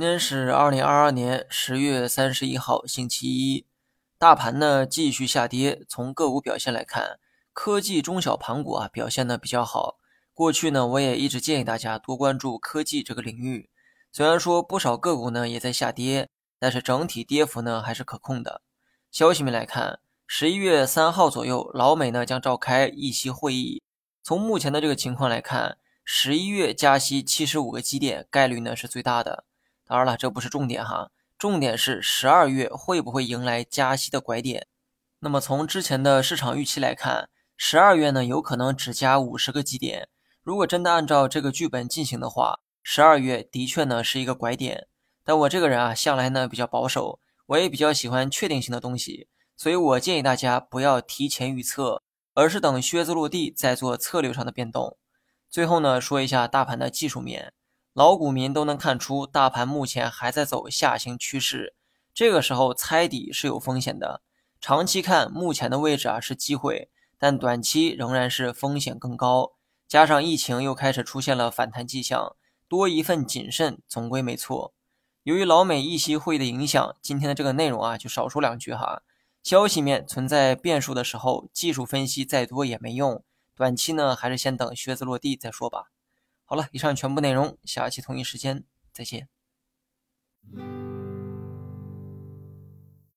今天是2022年10月31号，星期一。大盘呢继续下跌。从个股表现来看，科技中小盘股表现的比较好。过去呢，我也一直建议大家多关注科技这个领域。虽然说不少个股呢也在下跌，但是整体跌幅呢还是可控的。消息面来看，11月3号左右，老美呢将召开议息会议。从目前的这个情况来看，11月加息75个基点概率呢是最大的。当然了，这不是重点哈，重点是12月会不会迎来加息的拐点。那么从之前的市场预期来看，12月呢有可能只加50个基点。如果真的按照这个剧本进行的话，12月的确呢是一个拐点。但我这个人向来呢比较保守，我也比较喜欢确定性的东西，所以我建议大家不要提前预测，而是等靴子落地再做策略上的变动。最后呢，说一下大盘的技术面。老股民都能看出，大盘目前还在走下行趋势，这个时候猜底是有风险的。长期看，目前的位置是机会，但短期仍然是风险更高。加上疫情又开始出现了反弹迹象，多一份谨慎总归没错。由于老美议息会的影响，今天的这个内容就少说两句哈。消息面存在变数的时候，技术分析再多也没用，短期呢还是先等靴子落地再说吧。好了，以上全部内容，下期同一时间再见。